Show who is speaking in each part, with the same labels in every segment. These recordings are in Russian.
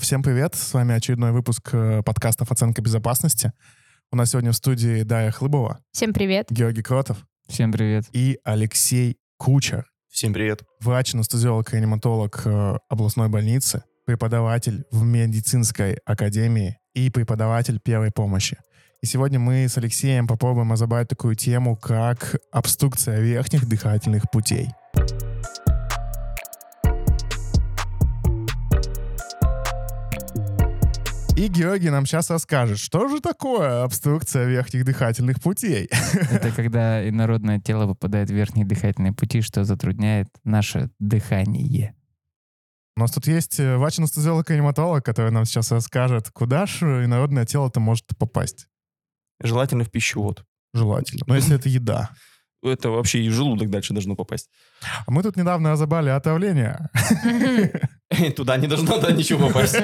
Speaker 1: Всем привет, с вами очередной выпуск подкастов «Оценка безопасности». У нас сегодня в студии Дарья Хлыбова.
Speaker 2: Всем привет.
Speaker 1: Георгий Кротов.
Speaker 3: Всем привет.
Speaker 1: И Алексей Кучер.
Speaker 4: Всем привет.
Speaker 1: Врач-анестезиолог-реаниматолог областной больницы, преподаватель в медицинской академии и преподаватель первой помощи. И сегодня мы с Алексеем попробуем разобрать такую тему, как обструкция верхних дыхательных путей. И Георгий нам сейчас расскажет, что же такое обструкция верхних дыхательных путей.
Speaker 3: Это когда инородное тело попадает в верхние дыхательные пути, что затрудняет наше дыхание.
Speaker 1: У нас тут есть врач-анестезиолог-реаниматолог, который нам сейчас расскажет, куда же инородное тело-то может попасть.
Speaker 4: Желательно в пищевод.
Speaker 1: Желательно. Но если это еда.
Speaker 4: Это вообще и в желудок дальше должно попасть.
Speaker 1: А мы тут недавно разобрали отравление.
Speaker 4: Туда не должно ничего попасть.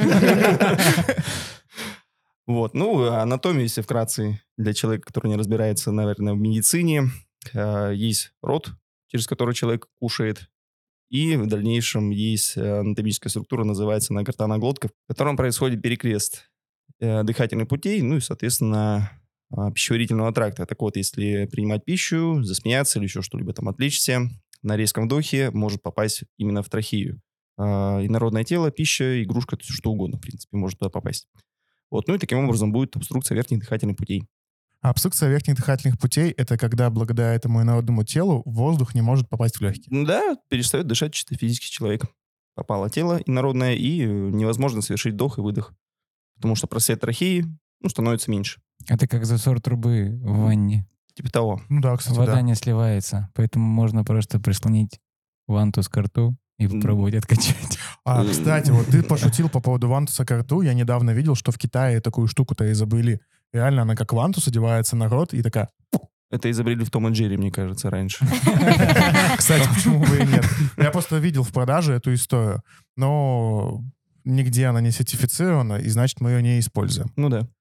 Speaker 4: Вот. Анатомия, если вкратце, для человека, который не разбирается, наверное, в медицине, есть рот, через который человек кушает, и в дальнейшем есть анатомическая структура, называется гортанная глотка, в котором происходит перекрест дыхательных путей, и, соответственно, пищеварительного тракта. Так вот, если принимать пищу, засмеяться или еще что-либо там отвлечься, на резком вдохе может попасть именно в трахею. Инородное тело, пища, игрушка, все что угодно, в принципе, может туда попасть. Вот. И таким образом будет обструкция верхних дыхательных путей.
Speaker 1: А обструкция верхних дыхательных путей — это когда благодаря этому инородному телу воздух не может попасть в легкие.
Speaker 4: Да, перестает дышать чисто физически человек. Попало тело инородное, и невозможно совершить вдох и выдох. Потому что просвет трахеи становится меньше.
Speaker 3: Это как засор трубы в ванне.
Speaker 4: Типа того.
Speaker 1: Да, кстати,
Speaker 3: Вода не сливается, поэтому можно просто прислонить вантус к рту и попробовать откачать.
Speaker 1: А, кстати, вот ты пошутил по поводу вантуса к рту. Я недавно видел, что в Китае такую штуку-то изобрели. Реально, она как вантус одевается на рот и такая...
Speaker 4: Это изобрели в Том и Джерри, мне кажется, раньше.
Speaker 1: Кстати, почему бы и нет? Я просто видел в продаже эту историю, но нигде она не сертифицирована, и значит, мы ее не используем.
Speaker 4: Ну да.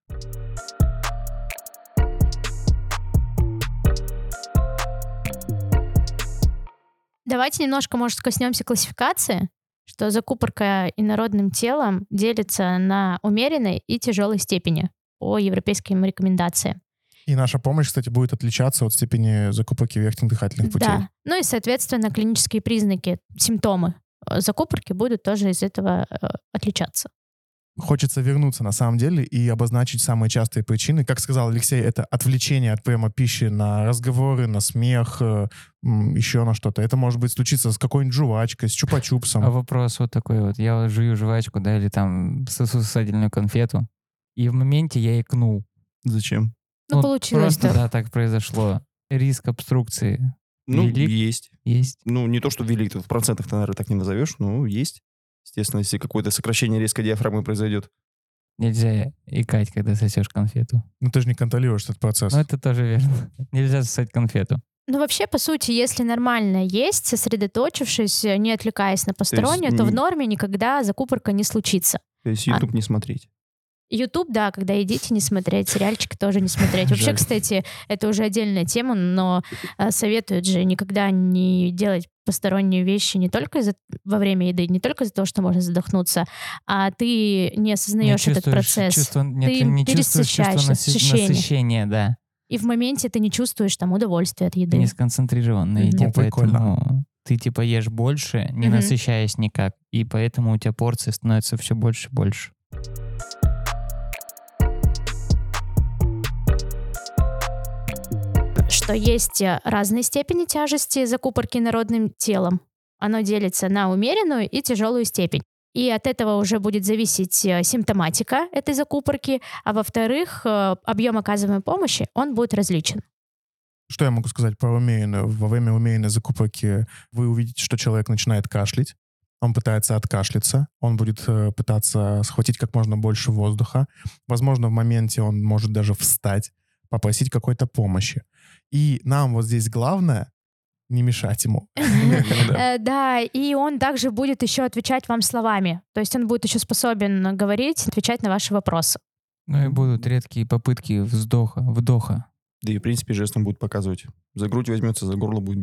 Speaker 2: Давайте немножко, может, коснемся классификации, что закупорка инородным телом делится на умеренной и тяжелой степени по европейским рекомендациям.
Speaker 1: И наша помощь, кстати, будет отличаться от степени закупорки верхних дыхательных путей.
Speaker 2: Да. И, соответственно, клинические признаки, симптомы закупорки будут тоже из этого отличаться.
Speaker 1: Хочется вернуться, на самом деле, и обозначить самые частые причины. Как сказал Алексей, это отвлечение от приема пищи на разговоры, на смех, еще на что-то. Это может быть случиться с какой-нибудь жвачкой, с чупа-чупсом.
Speaker 3: А вопрос вот такой вот. Я жую жвачку, или там сосательную конфету, и в моменте я икнул.
Speaker 4: Зачем?
Speaker 2: Получилось
Speaker 3: просто,
Speaker 2: так.
Speaker 3: так произошло. Риск обструкции велик?
Speaker 4: Есть.
Speaker 3: Есть.
Speaker 4: Не то, что велик, в процентах ты, наверное, так не назовешь, но есть. Естественно, если какое-то сокращение резкой диафрагмы произойдет.
Speaker 3: Нельзя икать, когда сосешь конфету.
Speaker 1: Ты же не контролируешь этот процесс.
Speaker 3: Это тоже верно. Нельзя сосать конфету.
Speaker 2: Вообще, по сути, если нормально есть, сосредоточившись, не отвлекаясь на постороннее, то в норме никогда закупорка не случится.
Speaker 4: То есть YouTube не смотреть.
Speaker 2: YouTube, да, когда едите, не смотреть, сериальчики тоже не смотреть. Вообще, кстати, это уже отдельная тема, но советуют же никогда не делать посторонние вещи не только во время еды, не только из-за того, что можно задохнуться, а ты не осознаешь этот процесс.
Speaker 3: Ты не чувствуешь чувство насыщения, да.
Speaker 2: И в моменте ты не чувствуешь удовольствия от еды.
Speaker 3: Ты не сконцентрирован на еде, поэтому ты ешь больше, не насыщаясь никак. И поэтому у тебя порции становятся все больше и больше.
Speaker 2: Что есть разные степени тяжести закупорки инородным телом. Оно делится на умеренную и тяжелую степень. И от этого уже будет зависеть симптоматика этой закупорки, а во-вторых, объем оказываемой помощи, он будет различен.
Speaker 1: Что я могу сказать про умеренную? Во время умеренной закупорки вы увидите, что человек начинает кашлять, он пытается откашляться, он будет пытаться схватить как можно больше воздуха. Возможно, в моменте он может даже встать, попросить какой-то помощи. И нам вот здесь главное не мешать ему.
Speaker 2: Да, и он также будет еще отвечать вам словами. То есть он будет еще способен говорить, отвечать на ваши вопросы.
Speaker 3: И будут редкие попытки вдоха.
Speaker 4: Да и, в принципе, жестом будет показывать. За грудь возьмется, за горло будет бить.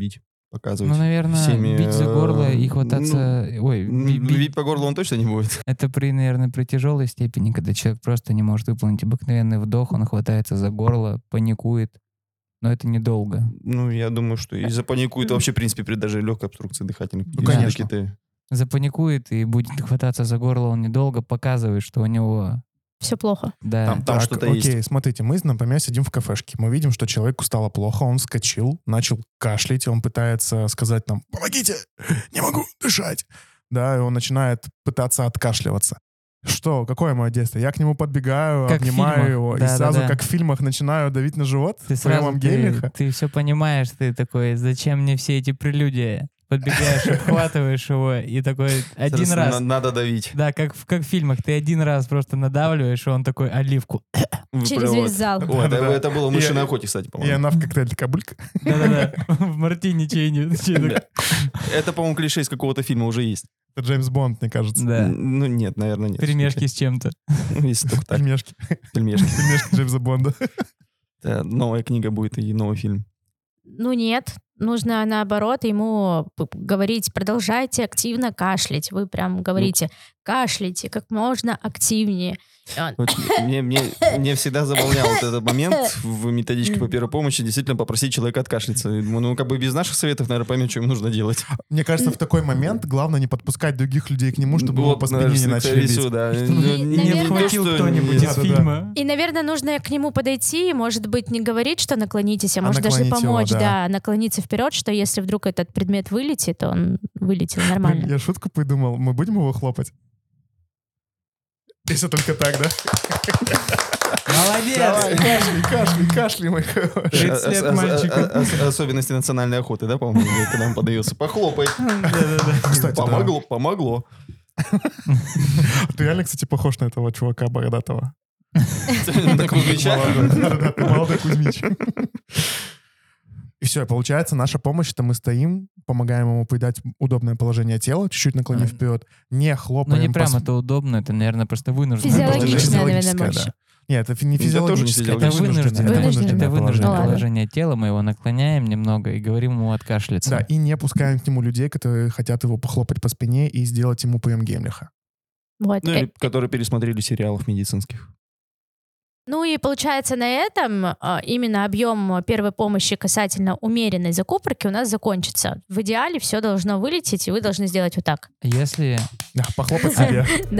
Speaker 4: показывать.
Speaker 3: Ну, наверное,
Speaker 4: всеми,
Speaker 3: бить за горло и хвататься...
Speaker 4: Бить по горлу он точно не будет.
Speaker 3: Это наверное, при тяжелой степени, когда человек просто не может выполнить обыкновенный вдох, он хватается за горло, паникует, но это недолго.
Speaker 4: Ну, я думаю, что и запаникует вообще, в принципе, при даже легкой обструкции дыхательных путей.
Speaker 1: Ну, конечно.
Speaker 3: Запаникует и будет хвататься за горло, он недолго показывает, что у него...
Speaker 2: Все плохо.
Speaker 3: Да.
Speaker 4: Там что-то есть.
Speaker 1: Окей, смотрите, мы, например, сидим в кафешке. Мы видим, что человеку стало плохо, он вскочил, начал кашлять, он пытается сказать нам: «Помогите, не могу дышать». Да, и он начинает пытаться откашливаться. Что? Какое мое действие? Я к нему подбегаю,
Speaker 3: Как в
Speaker 1: обнимаю
Speaker 3: фильмах.
Speaker 1: его,
Speaker 3: Да,
Speaker 1: и сразу,
Speaker 3: да.
Speaker 1: как в фильмах, начинаю давить на живот
Speaker 3: Ты сразу
Speaker 1: кремом Геймлиха.
Speaker 3: ты все понимаешь, ты такой, зачем мне все эти прелюдии? Подбегаешь, обхватываешь его и такой один раз.
Speaker 4: Надо давить.
Speaker 3: Да, как в фильмах, ты один раз просто надавливаешь, и он такой оливку.
Speaker 2: Через весь зал.
Speaker 4: Ой,
Speaker 1: Да-да-да.
Speaker 4: это было в «Мышиной охоте», кстати,
Speaker 1: И
Speaker 4: по-моему.
Speaker 1: она в коктейль кабулька.
Speaker 3: Да-да-да, в мартини чейне.
Speaker 4: Это, по-моему, клише из какого-то фильма уже есть.
Speaker 1: Это Джеймс Бонд, мне кажется.
Speaker 3: Да,
Speaker 4: Ну, нет, наверное, нет.
Speaker 3: перемешки с чем-то.
Speaker 4: Если только так.
Speaker 1: Пельмешки.
Speaker 4: Пельмешки.
Speaker 1: Пельмешки Джеймса Бонда.
Speaker 4: Да, новая книга будет и новый фильм.
Speaker 2: Ну нет, нужно наоборот ему говорить: продолжайте активно кашлять. Вы прям говорите: кашляйте как можно активнее. И он:
Speaker 4: Вот мне всегда забавлял вот этот момент в методичке по первой помощи, действительно попросить человека откашляться. Я думаю, ну, как бы без наших советов, наверное, поймем, что ему нужно делать.
Speaker 1: Мне кажется, в такой момент главное не подпускать других людей к нему, чтобы его
Speaker 4: Вот,
Speaker 1: по спине не начали бить.
Speaker 4: сюда.
Speaker 3: Не обхватил кто-нибудь из
Speaker 1: Да-да-да.
Speaker 3: фильма.
Speaker 2: И, наверное, нужно к нему подойти и, может быть, не говорить, что наклонитесь, а может даже
Speaker 1: наклонить его,
Speaker 2: помочь,
Speaker 1: да.
Speaker 2: да, наклониться вперед, что если вдруг этот предмет вылетит, то он вылетел нормально.
Speaker 1: Я шутку придумал. Мы будем его хлопать? Если только так, да?
Speaker 3: Молодец!
Speaker 1: Кашляй, мой хороший.
Speaker 3: 30 лет мальчику.
Speaker 4: Особенности национальной охоты, да, по-моему, когда он подается. Похлопай.
Speaker 1: Кстати, да.
Speaker 4: Помогло.
Speaker 1: Ты реально, кстати, похож на этого чувака бородатого.
Speaker 4: На Кузьмича.
Speaker 1: Да-да-да, ты молодой Кузьмич. И все, получается, наша помощь, это мы стоим, помогаем ему придать удобное положение тела, чуть-чуть наклонив вперед, не
Speaker 3: Ну
Speaker 1: хлопаем.
Speaker 3: не прям это удобно, это, наверное, просто вынуждено.
Speaker 2: Физиологичное, наверное,
Speaker 1: Физиологическое,
Speaker 2: больше.
Speaker 1: да. Нет, это не
Speaker 4: Это тоже не
Speaker 1: физиологическое,
Speaker 3: Это вынужденное,
Speaker 2: Вынужденное.
Speaker 3: это вынужденное
Speaker 2: Ну ладно.
Speaker 3: положение тела, мы его наклоняем немного и говорим ему откашляться.
Speaker 1: Да, и не пускаем к нему людей, которые хотят его похлопать по спине и сделать ему прием Геймлиха.
Speaker 2: Вот.
Speaker 4: Ну, или которые пересмотрели сериалов медицинских.
Speaker 2: Ну и получается на этом именно объем первой помощи касательно умеренной закупорки у нас закончится. В идеале все должно вылететь, и вы должны сделать вот так.
Speaker 3: Если...
Speaker 1: Да, похлопать себе.
Speaker 2: Да.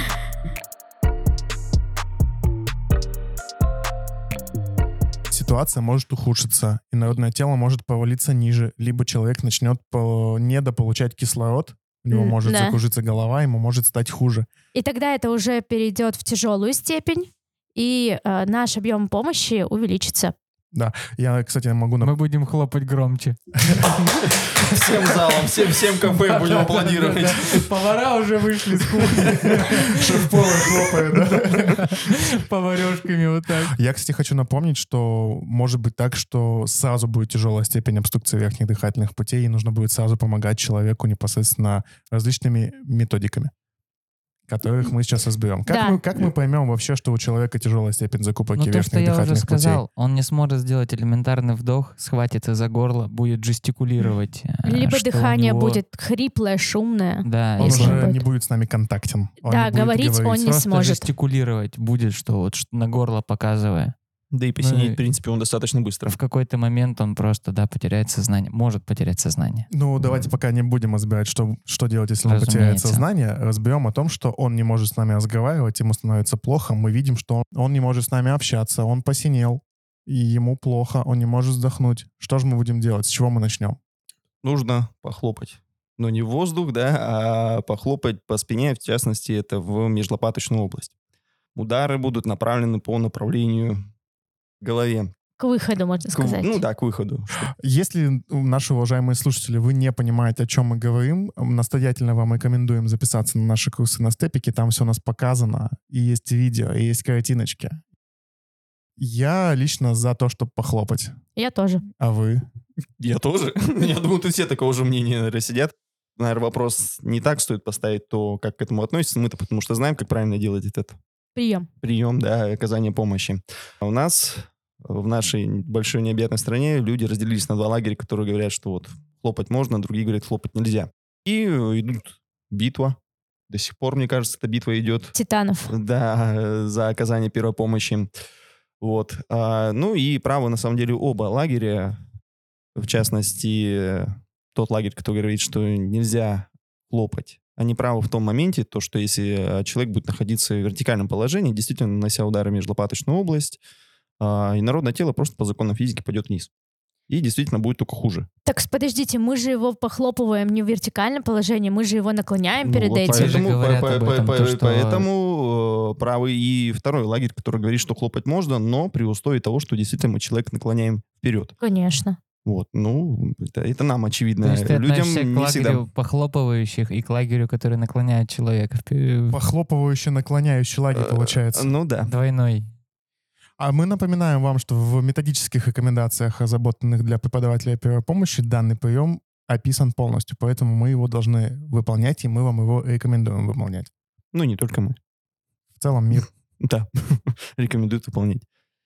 Speaker 1: Ситуация может ухудшиться, и народное тело может повалиться ниже, либо человек начнет недополучать кислород, у него может
Speaker 2: Да.
Speaker 1: закружиться голова, ему может стать хуже.
Speaker 2: И тогда это уже перейдет в тяжелую степень, и наш объем помощи увеличится.
Speaker 1: Я, кстати, могу...
Speaker 3: Мы будем хлопать громче.
Speaker 4: Всем залом, всем кафе будем аплодировать.
Speaker 3: Повара уже вышли с кухни.
Speaker 1: Шеф-повар хлопает, да?
Speaker 3: Поварешками вот так.
Speaker 1: Я, кстати, хочу напомнить, что может быть так, что сразу будет тяжелая степень обструкции верхних дыхательных путей, и нужно будет сразу помогать человеку непосредственно различными методиками, которых мы сейчас разберем.
Speaker 2: Да.
Speaker 1: Как мы поймем вообще, что у человека тяжелая степень закупорки
Speaker 3: Ну то,
Speaker 1: верхних
Speaker 3: что я уже
Speaker 1: дыхательных путей?
Speaker 3: сказал, он не сможет сделать элементарный вдох, схватится за горло, будет жестикулировать.
Speaker 2: Либо
Speaker 3: что у
Speaker 2: дыхание
Speaker 3: него-
Speaker 2: будет хриплое, шумное.
Speaker 3: Да,
Speaker 1: Он
Speaker 2: если
Speaker 1: уже
Speaker 2: он будет.
Speaker 1: не будет с нами контактен. Он
Speaker 2: Да,
Speaker 1: не будет
Speaker 2: говорить он не
Speaker 3: просто
Speaker 2: сможет.
Speaker 3: жестикулировать будет, что вот на горло показывая.
Speaker 4: Да и
Speaker 3: Ну
Speaker 4: посинеть,
Speaker 3: и-
Speaker 4: в принципе, он достаточно быстро.
Speaker 3: В какой-то момент он просто, да, потеряет сознание. Может потерять сознание.
Speaker 1: Ну, давайте пока не будем разбирать, что делать, если он потеряет
Speaker 3: Разумеется.
Speaker 1: сознание. Разберем о том, что он не может с нами разговаривать, ему становится плохо. Мы видим, что он не может с нами общаться, он посинел, и ему плохо, он не может вздохнуть. Что же мы будем делать? С чего мы начнем?
Speaker 4: Нужно похлопать. Но не в воздух, да, а похлопать по спине, в частности, это в межлопаточную область. Удары будут направлены по направлению к голове.
Speaker 2: К выходу, можно сказать.
Speaker 4: Ну да, к выходу.
Speaker 1: Если, наши уважаемые слушатели, вы не понимаете, о чем мы говорим, настоятельно вам рекомендуем записаться на наши курсы на степике. Там все у нас показано. И есть видео, и есть картиночки. Я лично за то, чтобы похлопать.
Speaker 2: Я тоже.
Speaker 1: А вы?
Speaker 4: Я тоже. Я думаю, тут все такого же мнения, наверное, сидят. Наверное, вопрос не так стоит поставить, то, как к этому относится. Мы-то потому что знаем, как правильно делать этот
Speaker 2: Прием.
Speaker 4: да, оказание помощи. А у нас в нашей большой необъятной стране люди разделились на два лагеря, которые говорят, что вот хлопать можно, другие говорят, хлопать нельзя. И идут битва. До сих пор, мне кажется, эта битва идет.
Speaker 2: Титанов.
Speaker 4: Да, за оказание первой помощи. Вот. Ну и право, на самом деле, оба лагеря, в частности, тот лагерь, который говорит, что нельзя хлопать, они правы в том моменте, то, что если человек будет находиться в вертикальном положении, действительно нанося удары в межлопаточную область, инородное тело просто по законам физики пойдет вниз. И действительно будет только хуже.
Speaker 2: Так, подождите, мы же его похлопываем не в вертикальном положении, мы же его наклоняем перед
Speaker 4: вот
Speaker 2: этим.
Speaker 4: Поэтому правы и второй лагерь, который говорит, что хлопать можно, но при условии того, что действительно мы человека наклоняем вперед.
Speaker 2: Конечно.
Speaker 4: Вот, ну, это нам очевидно.
Speaker 3: То есть ты
Speaker 4: Людям
Speaker 3: относишься к
Speaker 4: не
Speaker 3: лагерю
Speaker 4: всегда.
Speaker 3: похлопывающих и к лагерю, который наклоняет человека.
Speaker 1: Похлопывающий, наклоняющий лагерь получается.
Speaker 4: Ну да.
Speaker 3: Двойной.
Speaker 1: А мы напоминаем вам, что в методических рекомендациях, разработанных для преподавателя первой помощи, данный прием описан полностью, поэтому мы его должны выполнять, и мы вам его рекомендуем выполнять.
Speaker 4: Ну, не только мы.
Speaker 1: В целом мир.
Speaker 4: Да, рекомендуют выполнять.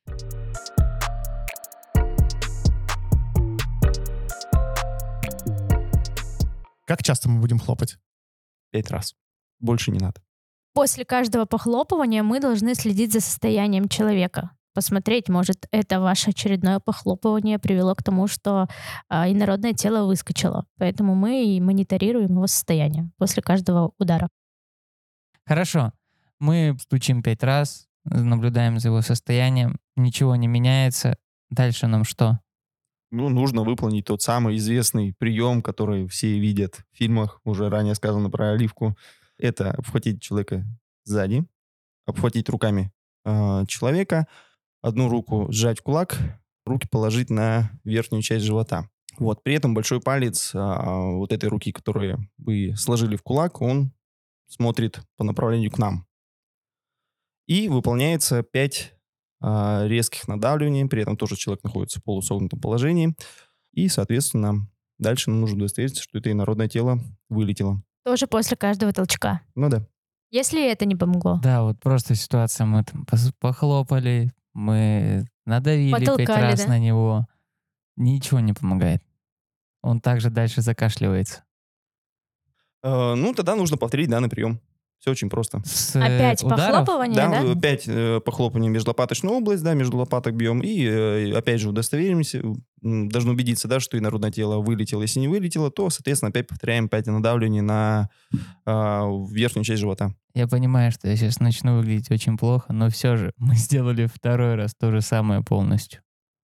Speaker 1: Как часто мы будем хлопать?
Speaker 4: 5 раз. Больше не надо.
Speaker 2: После каждого похлопывания мы должны следить за состоянием человека. Посмотреть, может, это ваше очередное похлопывание привело к тому, что инородное тело выскочило. Поэтому мы и мониторируем его состояние после каждого удара.
Speaker 3: Хорошо. Мы стучим 5 раз, наблюдаем за его состоянием, ничего не меняется. Дальше нам что?
Speaker 4: Ну, нужно выполнить тот самый известный прием, который все видят в фильмах, уже ранее сказано про оливку. Это обхватить человека сзади, обхватить руками человека, одну руку сжать в кулак, руки положить на верхнюю часть живота. Вот. При этом большой палец вот этой руки, которую вы сложили в кулак, он смотрит по направлению к нам. И выполняется 5 резких надавливаний, при этом тоже человек находится в полусогнутом положении. И, соответственно, дальше нам нужно удостовериться, что это инородное тело вылетело.
Speaker 2: Тоже после каждого толчка.
Speaker 4: Ну да.
Speaker 2: Если это не помогло.
Speaker 3: Да, вот просто ситуация, мы там похлопали, мы надавили 5
Speaker 2: Потолкали,
Speaker 3: раз
Speaker 2: да?
Speaker 3: на него. Ничего не помогает. Он также дальше закашливается.
Speaker 4: Ну, тогда нужно повторить данный прием. Все очень просто.
Speaker 3: С
Speaker 2: Опять
Speaker 3: ударов?
Speaker 2: похлопывание,
Speaker 4: Да,
Speaker 2: да?
Speaker 4: 5 похлопаний в межлопаточную область, да, между лопаток бьем. И опять же удостоверимся, должны убедиться, да, что инородное тело вылетело. Если не вылетело, то, соответственно, опять повторяем 5 надавливаний на верхнюю часть живота.
Speaker 3: Я понимаю, что я сейчас начну выглядеть очень плохо, но все же мы сделали второй раз то же самое полностью.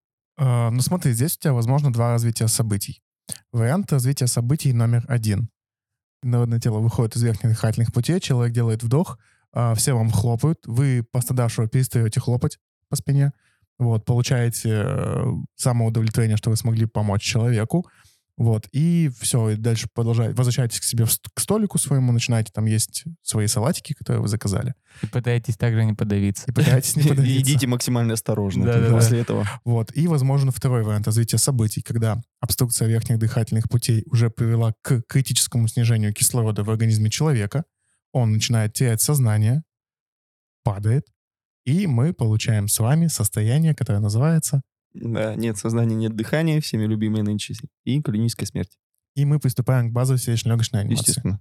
Speaker 1: Ну смотри, здесь у тебя возможно 2 развития событий. Вариант развития событий номер 1. Инородное тело выходит из верхних дыхательных путей, человек делает вдох, все вам хлопают, вы пострадавшего перестаете хлопать по спине, вот, получаете самоудовлетворение, что вы смогли помочь человеку, вот, и все, и дальше продолжаете, возвращаетесь к себе к столику своему, начинаете там есть свои салатики, которые вы заказали.
Speaker 3: И пытаетесь также не подавиться.
Speaker 1: И пытаетесь не подавиться.
Speaker 4: Идите максимально осторожно
Speaker 3: Да-да-да.
Speaker 4: после этого.
Speaker 1: Вот. И, возможно, второй вариант развития событий, когда обструкция верхних дыхательных путей уже привела к критическому снижению кислорода в организме человека, он начинает терять сознание, падает, и мы получаем с вами состояние, которое называется...
Speaker 4: Да, нет сознания, нет дыхания, всеми любимые нынче, и клиническая смерть.
Speaker 1: И мы приступаем к базовой сердечно-легочной анимации.
Speaker 4: Естественно.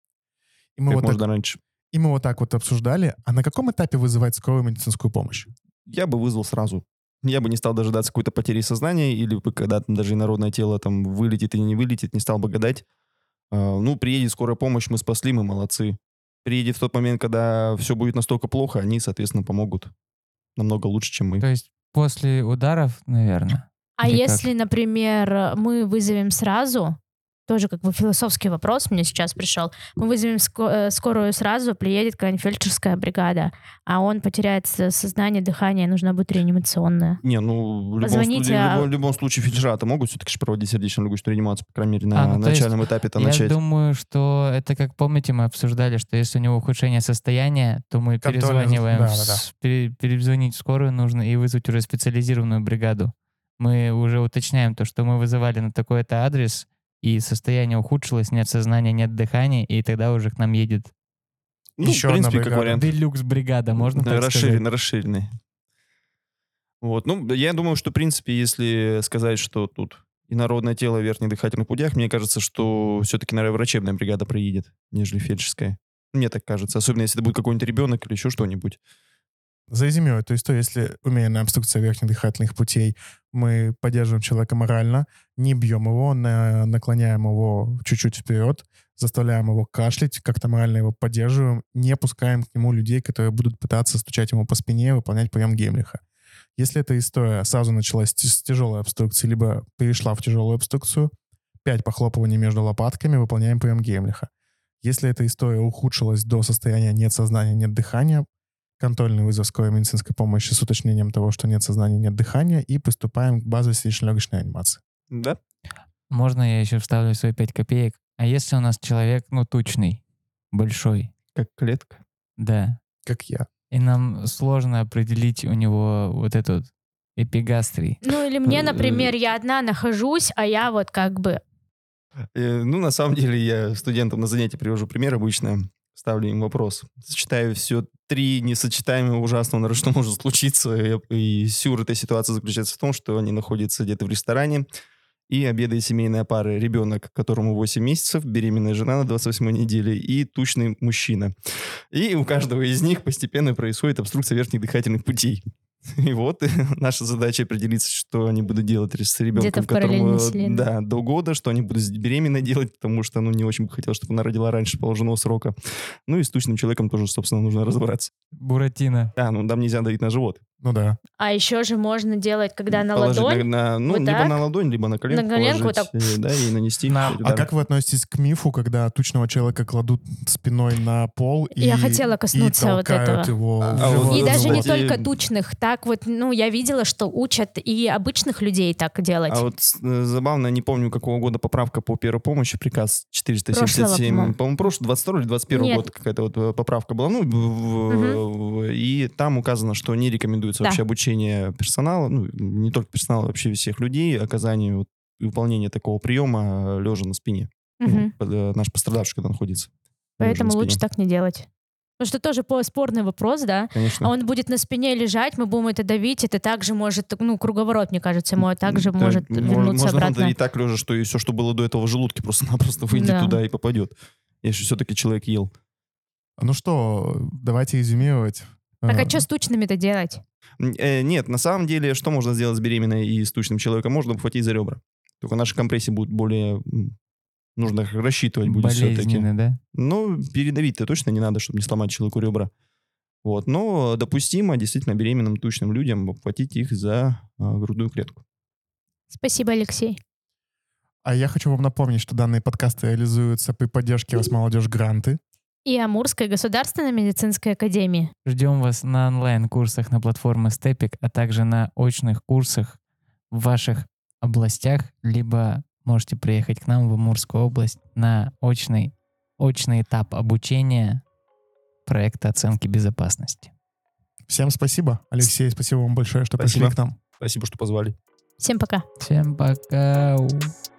Speaker 1: И мы,
Speaker 4: Как
Speaker 1: вот
Speaker 4: можно
Speaker 1: так,
Speaker 4: раньше.
Speaker 1: и мы вот так вот обсуждали, а на каком этапе вызывать скорую медицинскую помощь?
Speaker 4: Я бы вызвал сразу. Я бы не стал дожидаться какой-то потери сознания, или бы, когда там даже инородное тело там вылетит или не вылетит, не стал бы гадать. Ну, приедет скорая помощь, мы спасли, мы молодцы. Приедет в тот момент, когда все будет настолько плохо, они, соответственно, помогут намного лучше, чем мы.
Speaker 3: То есть после ударов, наверное.
Speaker 2: А
Speaker 3: Или
Speaker 2: если, например, мы вызовем сразу, тоже как бы философский вопрос мне сейчас пришел, мы вызовем скорую сразу, приедет какая-нибудь фельдшерская бригада, а он потеряет сознание, дыхание, нужна будет реанимационная.
Speaker 4: Не, ну, в любом,
Speaker 2: Позвоните,
Speaker 4: случае, в любом случае фельдшера-то могут все-таки же проводить сердечно-легочную реанимацию, по крайней мере, на
Speaker 3: то есть
Speaker 4: начальном этапе-то
Speaker 3: Я
Speaker 4: начать.
Speaker 3: думаю, что это, как помните, мы обсуждали, что если у него ухудшение состояния, то мы перезваниваем,
Speaker 1: Да-да-да.
Speaker 3: перезвонить в скорую нужно и вызвать уже специализированную бригаду. Мы уже уточняем то, что мы вызывали на такой-то адрес, и состояние ухудшилось, нет сознания, нет дыхания, и тогда уже к нам едет
Speaker 4: Ну,
Speaker 1: Еще
Speaker 4: в принципе,
Speaker 1: одна
Speaker 4: как
Speaker 1: бригада.
Speaker 4: вариант.
Speaker 3: делюкс-бригада, можно так сказать?
Speaker 4: Расширенный. Вот. Ну, я думаю, что, в принципе, если сказать, что тут инородное тело в верхних дыхательных путях, мне кажется, что все-таки, наверное, врачебная бригада приедет, нежели фельдшерская. Мне так кажется. Особенно, если это будет какой-нибудь ребенок или еще что-нибудь.
Speaker 1: За изюминою, то есть, если умеренная обструкция верхних дыхательных путей, мы поддерживаем человека морально, не бьем его, наклоняем его чуть-чуть вперед, заставляем его кашлять, как-то морально его поддерживаем, не пускаем к нему людей, которые будут пытаться стучать ему по спине, выполнять прием Гемлиха. Если эта история сразу началась с тяжелой обструкции, либо перешла в тяжелую обструкцию, 5 похлопываний между лопатками, выполняем прием Гемлиха. Если эта история ухудшилась до состояния нет сознания, нет дыхания, контрольный вызов скорой медицинской помощи с уточнением того, что нет сознания, нет дыхания, и приступаем к базовой сердечно-легочной реанимации.
Speaker 4: Да?
Speaker 3: Можно я еще вставлю свои 5 копеек? А если у нас человек, тучный, большой,
Speaker 4: Как клетка.
Speaker 3: да,
Speaker 1: Как я.
Speaker 3: и нам сложно определить у него вот этот эпигастрий.
Speaker 2: Или мне, например, я одна нахожусь, а я вот как бы...
Speaker 4: На самом деле, я студентам на занятия привожу пример обычно. Ставлю им вопрос. Сочетаю все 3 несочетаемые ужасного, наверное, что может случиться. И сюр этой ситуации заключается в том, что они находятся где-то в ресторане, и обедает семейная пара. Ребенок, которому 8 месяцев, беременная жена на 28 неделе и тучный мужчина. И у каждого из них постепенно происходит обструкция верхних дыхательных путей. И вот наша задача определиться, что они будут делать с ребенком,
Speaker 2: Где-то в параллельной вселенной.
Speaker 4: да, до года, что они будут беременной делать, потому что не очень бы хотел, чтобы она родила раньше положенного срока. И с тучным человеком тоже, собственно, нужно разобраться.
Speaker 3: Буратино.
Speaker 4: Там нельзя давить на живот.
Speaker 1: Ну да.
Speaker 2: А еще же можно делать, когда на
Speaker 4: Положить
Speaker 2: ладонь.
Speaker 4: либо
Speaker 2: так.
Speaker 4: на ладонь, либо на коленку,
Speaker 2: На коленку вот
Speaker 4: положить, да, и нанести.
Speaker 3: На-
Speaker 4: пять
Speaker 1: А
Speaker 4: ударов.
Speaker 1: как вы относитесь к мифу, когда тучного человека кладут спиной на пол
Speaker 2: Я хотела коснуться
Speaker 1: и
Speaker 2: вот
Speaker 1: толкают
Speaker 2: этого.
Speaker 1: его в
Speaker 4: А вот
Speaker 1: живот?
Speaker 2: И даже не
Speaker 4: кстати,
Speaker 2: только тучных. Так вот, я видела, что учат и обычных людей так делать.
Speaker 4: А вот забавно, не помню, какого года поправка по первой помощи, приказ 477,
Speaker 2: Прошлого,
Speaker 4: по-моему, прошлый, 22 или 21
Speaker 2: Нет.
Speaker 4: год какая-то вот поправка была, и там указано, что не рекомендуется
Speaker 2: Да.
Speaker 4: вообще обучение персонала, не только персонала, вообще всех людей, оказанию и выполнение такого приема лежа на спине.
Speaker 2: Мгм.
Speaker 4: Наш пострадавший, когда находится.
Speaker 2: Поэтому
Speaker 4: лежа на
Speaker 2: лучше
Speaker 4: спине.
Speaker 2: так не делать. Потому что тоже спорный вопрос, да?
Speaker 4: Конечно.
Speaker 2: А он будет на спине лежать, мы будем это давить, это также может, круговорот, мне кажется, ему также
Speaker 4: Да,
Speaker 2: может вернуться
Speaker 4: можно
Speaker 2: обратно.
Speaker 4: и так лежа, что и все, что было до этого в желудке, просто-напросто выйдет
Speaker 2: Да.
Speaker 4: туда и попадет. Если все-таки человек ел.
Speaker 1: Ну что, давайте резюмировать.
Speaker 2: Так а что с тучными-то делать?
Speaker 4: Нет, на самом деле, что можно сделать с беременной и с тучным человеком? Можно ухватить за ребра. Только наши компрессии будут более... Нужно их рассчитывать будет все-таки.
Speaker 3: Болезненно, да?
Speaker 4: Передавить-то точно не надо, чтобы не сломать человеку ребра. Но допустимо действительно беременным тучным людям ухватить их за грудную клетку.
Speaker 2: Спасибо, Алексей.
Speaker 1: А я хочу вам напомнить, что данные подкасты реализуются при поддержке Росмолодежь Гранты.
Speaker 2: И Амурской государственной медицинской академии.
Speaker 3: Ждем вас на онлайн-курсах на платформе Степик, а также на очных курсах в ваших областях, либо можете приехать к нам в Амурскую область на очный этап обучения проекта оценки безопасности.
Speaker 1: Всем спасибо. Алексей, спасибо вам большое, что
Speaker 4: Спасибо.
Speaker 1: пришли к нам.
Speaker 4: Спасибо, что позвали.
Speaker 2: Всем пока.
Speaker 3: Всем пока.